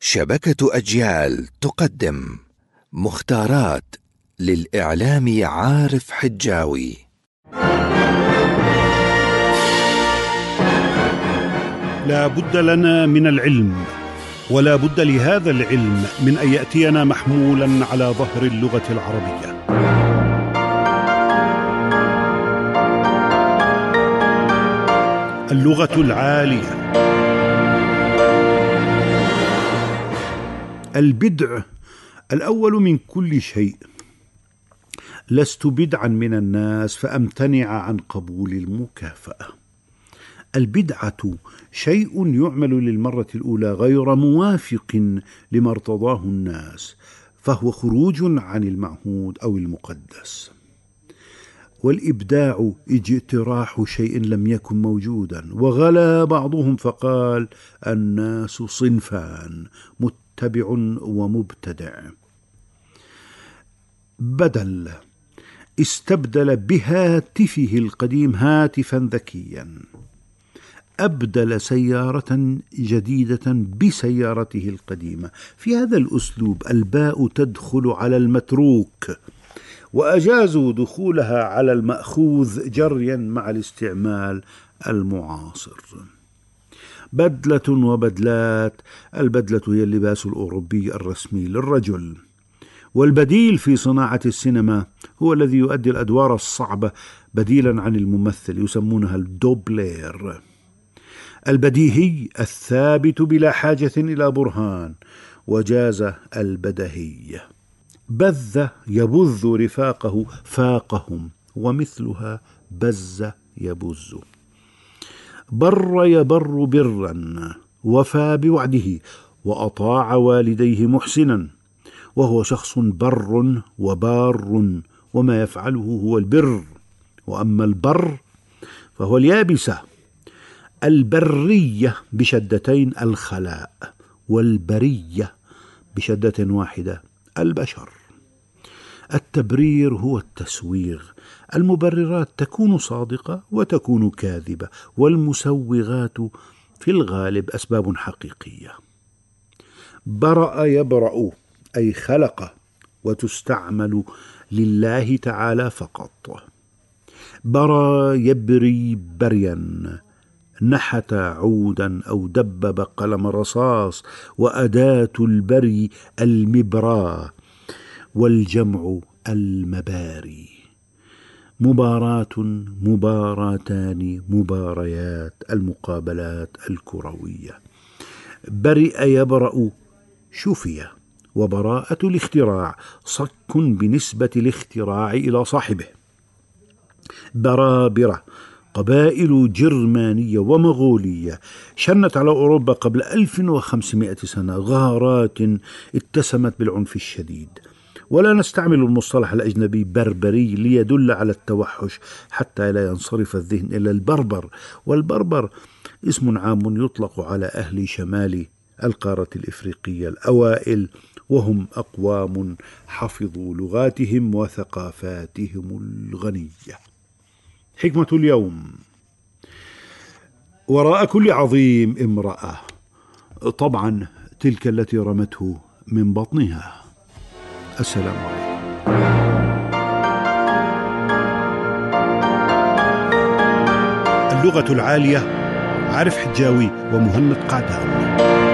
شبكة أجيال تقدم مختارات للإعلامي عارف حجاوي. لا بد لنا من العلم، ولا بد لهذا العلم من أن يأتينا محمولا على ظهر اللغة العربية. اللغة العالية. البدع الأول من كل شيء. لست بدعا من الناس فأمتنع عن قبول المكافأة. البدعة شيء يعمل للمرة الأولى غير موافق لما ارتضاه الناس، فهو خروج عن المعهود أو المقدس. والإبداع اجتراح شيء لم يكن موجودا، وغلا بعضهم فقال: الناس صنفان، متبع ومبتدع. بدل استبدل بهاتفه القديم هاتفا ذكيا، أبدل سيارة جديدة بسيارته القديمة. في هذا الأسلوب الباء تدخل على المتروك، وأجازوا دخولها على المأخوذ جريا مع الاستعمال المعاصر. بدلة وبدلات. البدلة هي اللباس الأوروبي الرسمي للرجل، والبديل في صناعة السينما هو الذي يؤدي الأدوار الصعبة بديلا عن الممثل، يسمونها الدوبلير. البديهي الثابت بلا حاجة إلى برهان، وجاز البدهي. بذ يبذ رفاقه فاقهم، ومثلها بز يبز. بر يبر برا، وفى بوعده، وأطاع والديه محسنا، وهو شخص بر وبار، وما يفعله هو البر. وأما البر فهو اليابسة. البرية بشدتين الخلاء، والبرية بشدة واحدة البشر. التبرير هو التسويغ. المبررات تكون صادقة وتكون كاذبة، والمسوغات في الغالب أسباب حقيقية. برأ يبرأ أي خلق، وتستعمل لله تعالى فقط. برى يبري بريا، نحت عودا أو دبب قلم رصاص، وأداة البري المبراه، والجمع المباري. مباراة، مباراتان، مباريات، المقابلات الكروية. برئ يبرأ شفي، وبراءة الاختراع صك بنسبة الاختراع إلى صاحبه. برابرة قبائل جرمانية ومغولية شنت على أوروبا قبل 1500 سنة غارات اتسمت بالعنف الشديد. ولا نستعمل المصطلح الأجنبي بربري ليدل على التوحش حتى لا ينصرف الذهن إلى البربر. والبربر اسم عام يطلق على أهل شمال القارة الإفريقية الأوائل، وهم أقوام حفظوا لغاتهم وثقافاتهم الغنية. حكمة اليوم: وراء كل عظيم امرأة، طبعا تلك التي رمته من بطنها. السلام عليكم. اللغة العالية، عارف حجاوي ومهند قعدان.